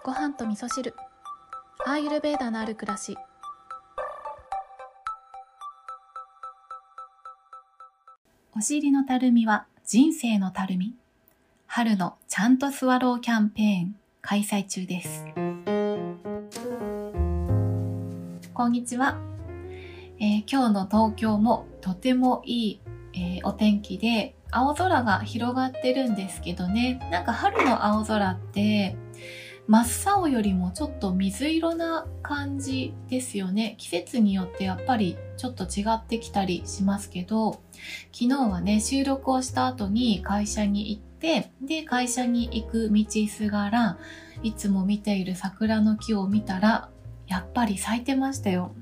ご飯と味噌汁、アーユルヴェーダのある暮らし。お尻のたるみは人生のたるみ。春のちゃんとスワローキャンペーン開催中です。こんにちは。今日の東京もとてもいい、お天気で青空が広がってるんですけどね、なんか春の青空って真っ青よりもちょっと水色な感じですよね。季節によってやっぱりちょっと違ってきたりしますけど、昨日はね、収録をした後に会社に行って、で、会社に行く道すがら、いつも見ている桜の木を見たら、やっぱり咲いてましたよ。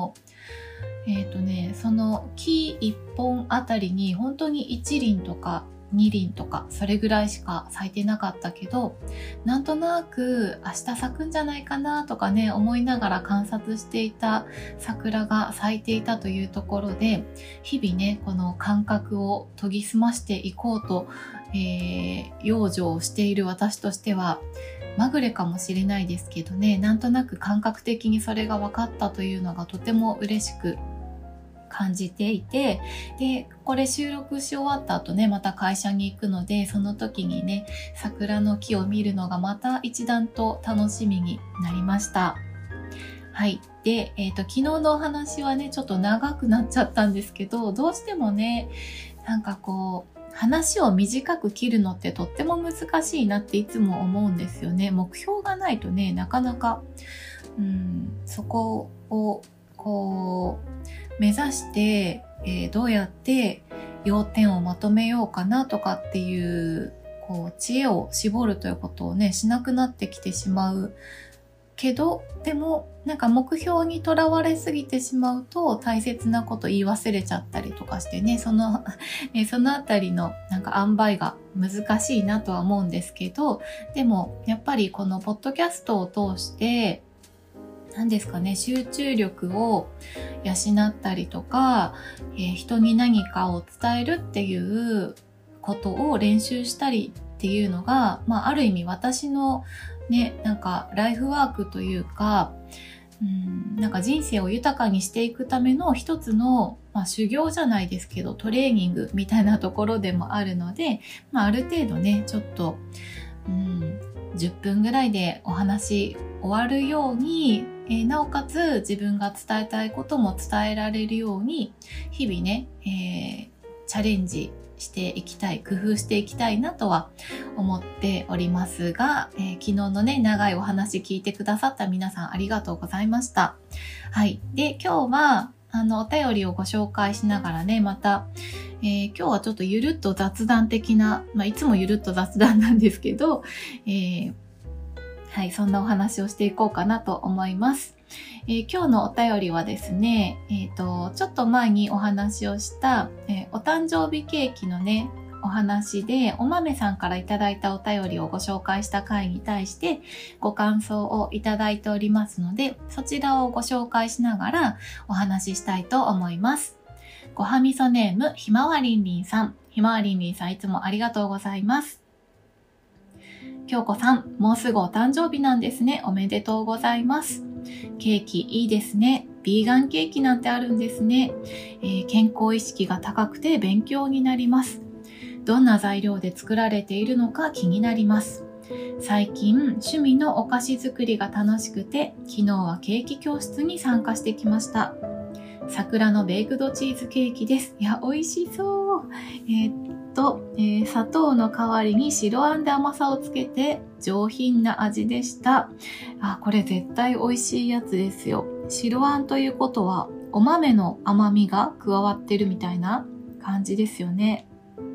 その木一本あたりに本当に1輪とか2輪とかそれぐらいしか咲いてなかったけど、なんとなく明日咲くんじゃないかなとかね、思いながら観察していた桜が咲いていたというところで、日々ね、この感覚を研ぎ澄ましていこうと、養生をしている私としてはまぐれかもしれないですけどね、なんとなく感覚的にそれが分かったというのがとても嬉しく感じていて、で、これ収録し終わった後ね、また会社に行くので、その時にね、桜の木を見るのがまた一段と楽しみになりました。はい。で、昨日のお話はね、ちょっと長くなっちゃったんですけど、どうしてもね、なんかこう、話を短く切るのってとっても難しいなっていつも思うんですよね。目標がないとね、なかなか、そこをこう目指して、どうやって要点をまとめようかなとかっていう知恵を絞るということをね、しなくなってきてしまうけど、でもなんか目標にとらわれすぎてしまうと大切なこと言い忘れちゃったりとかしてね、そのあたりのなんか塩梅が難しいなとは思うんですけど、でもやっぱりこのポッドキャストを通して何ですかね、集中力を養ったりとか、人に何かを伝えるっていうことを練習したりっていうのが、ある意味私のね、なんかライフワークというか、なんか人生を豊かにしていくための一つの、修行じゃないですけど、トレーニングみたいなところでもあるので、ある程度ね、ちょっと、10分ぐらいでお話終わるように、なおかつ自分が伝えたいことも伝えられるように日々ね、チャレンジしていきたい、工夫していきたいなとは思っておりますが、昨日のね、長いお話聞いてくださった皆さんありがとうございました。はい。で、今日はお便りをご紹介しながらね、また、今日はちょっとゆるっと雑談的な、いつもゆるっと雑談なんですけど、はい、そんなお話をしていこうかなと思います。今日のお便りはですね、ちょっと前にお話をした、お誕生日ケーキのね、お話でお豆さんからいただいたお便りをご紹介した回に対してご感想をいただいておりますので、そちらをご紹介しながらお話ししたいと思います。ごはみそネームひまわりんりんさん、ひまわりんりんさんいつもありがとうございます。京子さん、もうすぐお誕生日なんですね。おめでとうございます。ケーキいいですね。ビーガンケーキなんてあるんですね。健康意識が高くて勉強になります。どんな材料で作られているのか気になります。最近趣味のお菓子作りが楽しくて、昨日はケーキ教室に参加してきました。桜のベイクドチーズケーキです。いや、美味しそう。砂糖の代わりに白あんで甘さをつけて上品な味でした。これ絶対美味しいやつですよ。白あんということはお豆の甘みが加わってるみたいな感じですよね。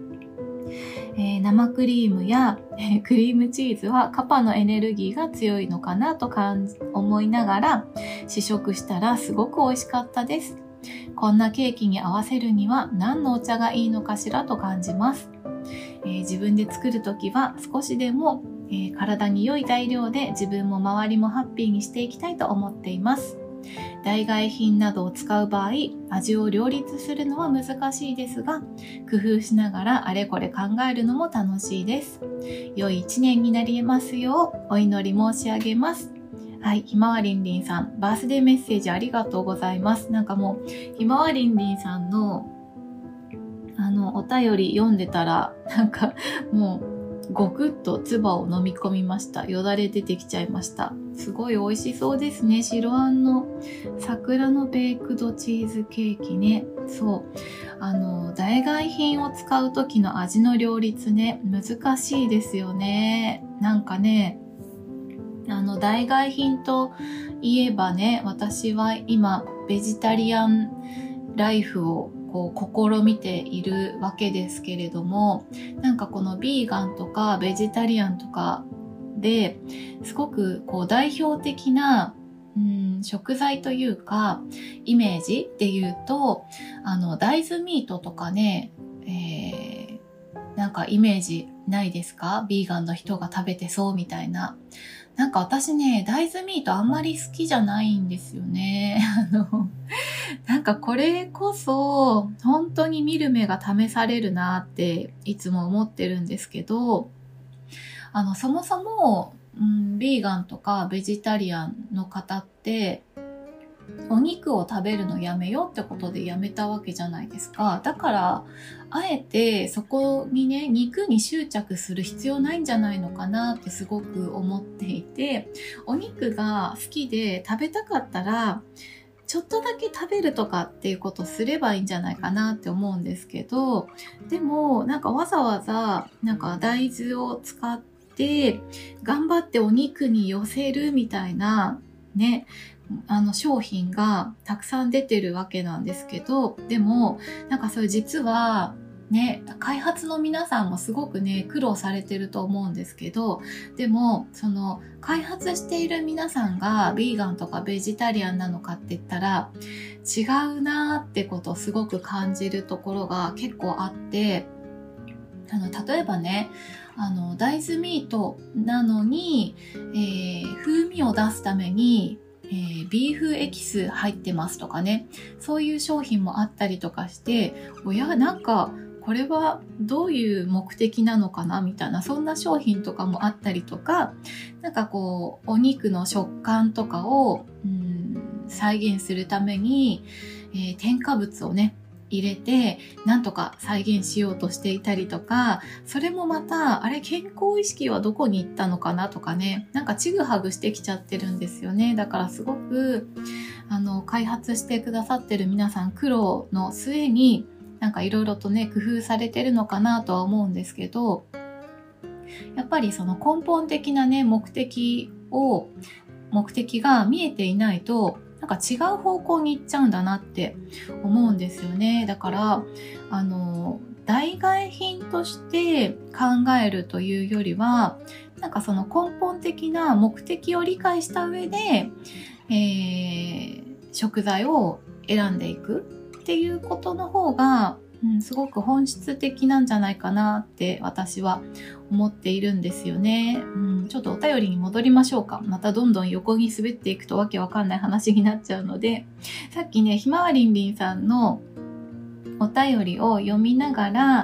生クリームやクリームチーズはカパのエネルギーが強いのかなと思いながら試食したらすごく美味しかったです。こんなケーキに合わせるには何のお茶がいいのかしらと感じます。自分で作るときは少しでも、体に良い材料で自分も周りもハッピーにしていきたいと思っています。 代替品などを使う場合、味を両立するのは難しいですが、工夫しながらあれこれ考えるのも楽しいです。良い一年になりますようお祈り申し上げます。はい、ひまわりんりんさん、バースデーメッセージありがとうございます。なんかもう、ひまわりんりんさんのお便り読んでたら、なんかもうごくっと唾を飲み込みました。よだれ出てきちゃいました。すごい美味しそうですね。白あんの桜のベークドチーズケーキね。そう。代替品を使う時の味の両立ね、難しいですよね。なんかね、代替品といえばね、私は今、ベジタリアンライフを試みているわけですけれども、なんかこのビーガンとかベジタリアンとかですごく代表的な、食材というかイメージで言うと大豆ミートとかね、なんかイメージないですか？ビーガンの人が食べてそうみたいな。なんか私ね、大豆ミートあんまり好きじゃないんですよね。なんかこれこそ本当に見る目が試されるなっていつも思ってるんですけど、そもそも、ビーガンとかベジタリアンの方ってお肉を食べるのやめようってことでやめたわけじゃないですか。だからあえてそこにね、肉に執着する必要ないんじゃないのかなってすごく思っていて、お肉が好きで食べたかったらちょっとだけ食べるとかっていうことすればいいんじゃないかなって思うんですけど、でもなんかわざわざなんか大豆を使って頑張ってお肉に寄せるみたいなね、商品がたくさん出てるわけなんですけど、でもなんかそれ実はね、開発の皆さんもすごくね苦労されてると思うんですけど、でもその開発している皆さんがビーガンとかベジタリアンなのかって言ったら違うなーってことをすごく感じるところが結構あって、例えばね、大豆ミートなのに、風味を出すためにビーフエキス入ってますとかね、そういう商品もあったりとかして、なんかこれはどういう目的なのかなみたいな、そんな商品とかもあったりとか、なんかお肉の食感とかを再現するために、添加物をね入れてなんとか再現しようとしていたりとか、それもまた健康意識はどこに行ったのかなとかね、なんかちぐはぐしてきちゃってるんですよね。だからすごく開発してくださってる皆さん苦労の末になんかいろいろとね工夫されてるのかなとは思うんですけど、やっぱりその根本的なね目的が見えていないとなんか違う方向に行っちゃうんだなって思うんですよね。だから代替品として考えるというよりは、なんかその根本的な目的を理解した上で、食材を選んでいくっていうことの方が、すごく本質的なんじゃないかなって私は思っているんですよね。ちょっとお便りに戻りましょうか。またどんどん横に滑っていくとわけわかんない話になっちゃうので、さっきね、ひまわりんりんさんのお便りを読みながら、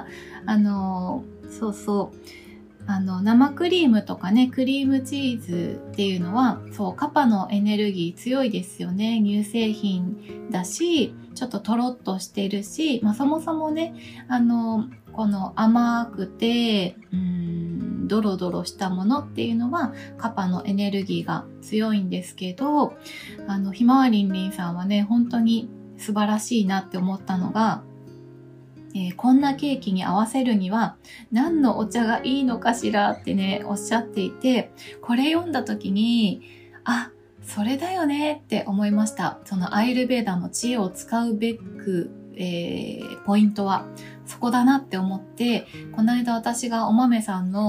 生クリームとかね、クリームチーズっていうのは、カパのエネルギー強いですよね。乳製品だし、ちょっとトロッとしているし、そもそもね、この甘くて、ドロドロしたものっていうのはカパのエネルギーが強いんですけど、ひまわりんりんさんはね、本当に素晴らしいなって思ったのが、こんなケーキに合わせるには何のお茶がいいのかしらってねおっしゃっていて、これ読んだ時にそれだよねって思いました。そのアイルベーダの知恵を使うべく、ポイントはそこだなって思って、この間私がお豆さんの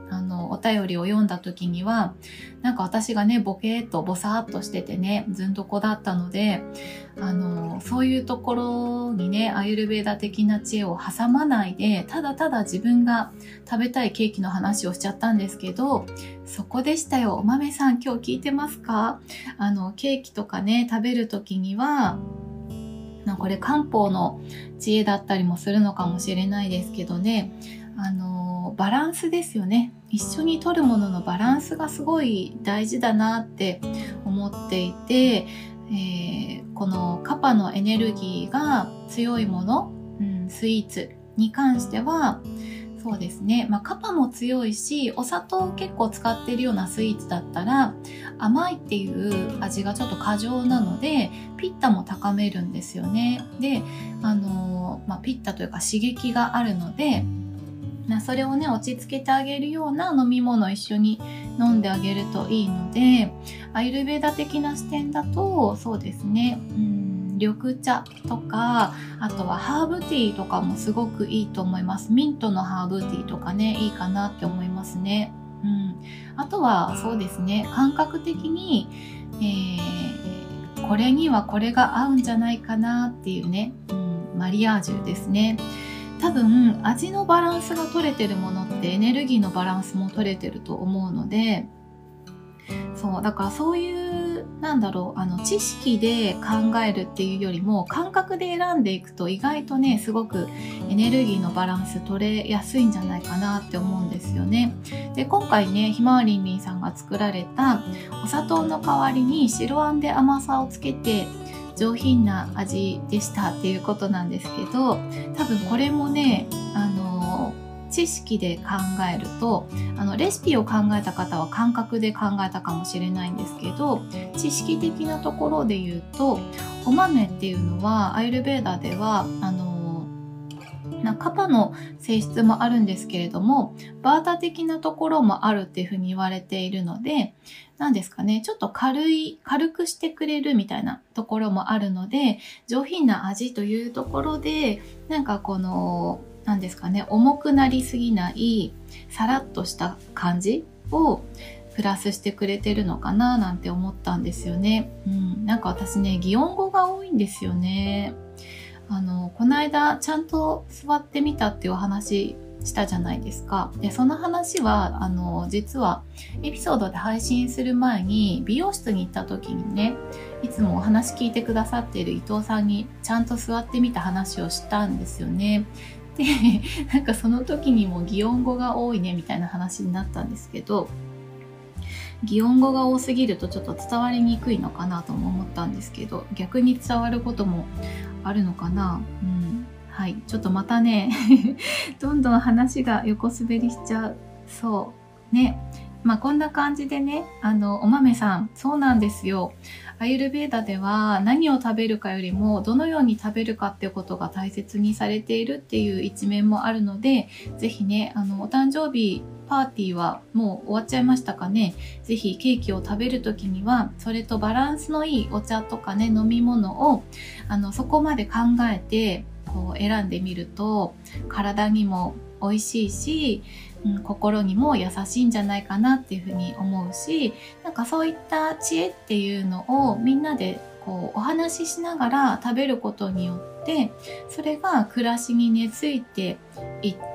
お便りを読んだ時には、なんか私がね、ボケーっとボサーっとしててね、ずんどこだったので、そういうところにね、アーユルヴェーダ的な知恵を挟まないで、ただただ自分が食べたいケーキの話をしちゃったんですけど、そこでしたよ。お豆さん、今日聞いてますか？ケーキとかね、食べる時には、これ漢方の知恵だったりもするのかもしれないですけどね、バランスですよね。一緒に摂るもののバランスがすごい大事だなって思っていて、このカパのエネルギーが強いもの、スイーツに関してはそうですね、カパも強いし、お砂糖を結構使っているようなスイーツだったら甘いっていう味がちょっと過剰なので、ピッタも高めるんですよね。で、ピッタというか刺激があるので、それをね、落ち着けてあげるような飲み物を一緒に飲んであげるといいので、アイルベーダ的な視点だと、そうですね、緑茶とか、あとはハーブティーとかもすごくいいと思います。ミントのハーブティーとかね、いいかなって思いますね。あとはそうですね、感覚的に、これにはこれが合うんじゃないかなっていうね、マリアージュですね。多分味のバランスが取れてるものってエネルギーのバランスも取れてると思うので、そうだからそういう知識で考えるっていうよりも感覚で選んでいくと意外とね、すごくエネルギーのバランス取れやすいんじゃないかなって思うんですよね。で、今回ね、ひまわりんりんさんが作られたお砂糖の代わりに白あんで甘さをつけて上品な味でしたっていうことなんですけど、多分これもね、知識で考えると、レシピを考えた方は感覚で考えたかもしれないんですけど、知識的なところで言うと、お豆っていうのはアイルベーダではカパの性質もあるんですけれども、バータ的なところもあるっていうふうに言われているので、何ですかね、ちょっと軽くしてくれるみたいなところもあるので、上品な味というところで、何ですかね、重くなりすぎないさらっとした感じをプラスしてくれてるのかななんて思ったんですよね。私ね、擬音語が多いんですよね。この間ちゃんと座ってみたっていうお話したじゃないですか。で、その話は実はエピソードで配信する前に美容室に行った時にね、いつもお話聞いてくださっている伊藤さんにちゃんと座ってみた話をしたんですよね。で、その時にも擬音語が多いねみたいな話になったんですけど、擬音語が多すぎるとちょっと伝わりにくいのかなとも思ったんですけど、逆に伝わることもあるのかな。はい、ちょっとまたねどんどん話が横滑りしちゃう。そうね、こんな感じでね、お豆さん、そうなんですよ。アーユルヴェーダでは何を食べるかよりもどのように食べるかっていうことが大切にされているっていう一面もあるので、ぜひね、お誕生日パーティーはもう終わっちゃいましたかね。ぜひケーキを食べるときにはそれとバランスのいいお茶とかね、飲み物をそこまで考えてこう選んでみると体にも美味しいし、心にも優しいんじゃないかなっていうふうに思うし、そういった知恵っていうのをみんなでこうお話ししながら食べることによって、それが暮らしに根付いていって、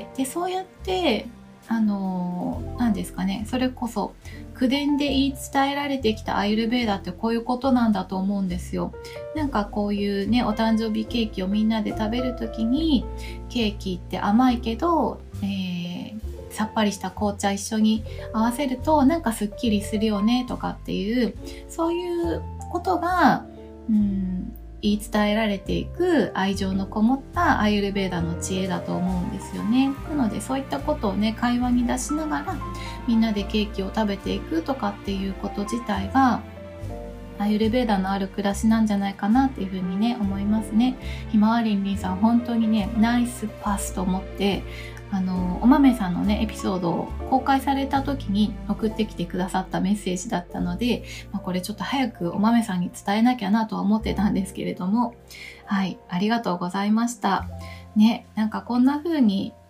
でそうやって何ですかね、それこそ口伝で言い伝えられてきたアーユルヴェーダってこういうことなんだと思うんですよ。こういうね、お誕生日ケーキをみんなで食べるときに、ケーキって甘いけど、さっぱりした紅茶一緒に合わせるとすっきりするよねとかっていう、そういうことが言い伝えられていく愛情のこもったアーユルヴェーダの知恵だと思うんですよね。なのでそういったことをね、会話に出しながらみんなでケーキを食べていくとかっていうこと自体がアーユルヴェーダのある暮らしなんじゃないかなっていうふうにね、思いますね。ひまわりんりんさん、本当にね、ナイスパスと思って、お豆さんのね、エピソードを公開された時に送ってきてくださったメッセージだったので、これちょっと早くお豆さんに伝えなきゃなとは思ってたんですけれども、はい、ありがとうございました。ね、こんな風に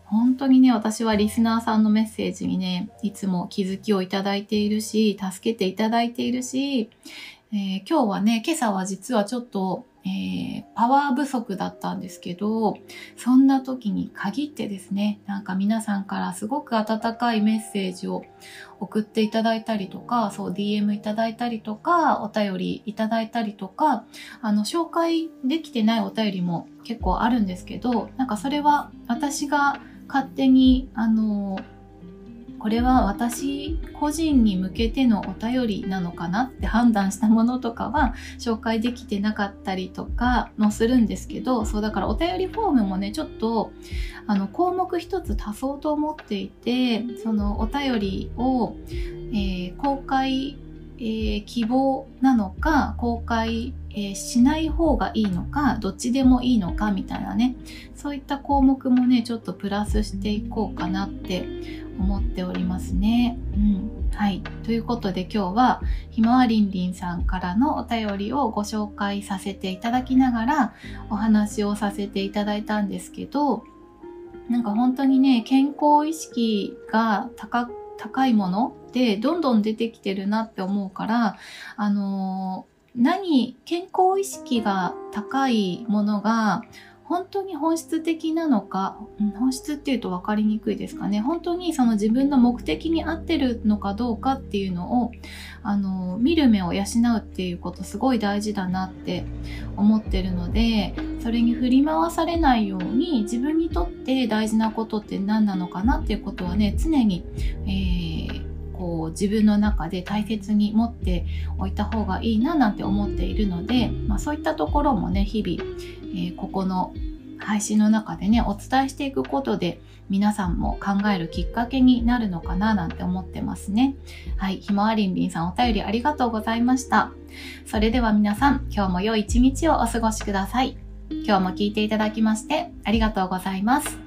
本当にね、私はリスナーさんのメッセージにね、いつも気づきをいただいているし、助けていただいているし、今日はね、今朝は実はちょっと、パワー不足だったんですけど、そんな時に限ってですね、なんか皆さんからすごく温かいメッセージを送っていただいたりとか、そう DM いただいたりとか、お便りいただいたりとか、紹介できてないお便りも結構あるんですけど、なんかそれは私が勝手にこれは私個人に向けてのお便りなのかなって判断したものとかは紹介できてなかったりとかもするんですけど、そうだからお便りフォームもね、ちょっと項目一つ足そうと思っていて、そのお便りを、公開、希望なのか公開、しない方がいいのかどっちでもいいのかみたいなね、そういった項目もねちょっとプラスしていこうかなって思っておりますね。はい。ということで今日はひまわりんりんさんからのお便りをご紹介させていただきながらお話をさせていただいたんですけど、なんか本当にね、健康意識が高いものってどんどん出てきてるなって思うから、健康意識が高いものが本当に本質的なのか、本質っていうと分かりにくいですかね。本当にその自分の目的に合ってるのかどうかっていうのを、見る目を養うっていうことすごい大事だなって思ってるので、それに振り回されないように自分にとって大事なことって何なのかなっていうことはね、常に、自分の中で大切に持っておいた方がいいななんて思っているので、そういったところもね、日々、ここの配信の中でね、お伝えしていくことで皆さんも考えるきっかけになるのかななんて思ってますね。はい、ひまわりんりんさんお便りありがとうございました。それでは皆さん、今日も良い一日をお過ごしください。今日も聞いていただきましてありがとうございます。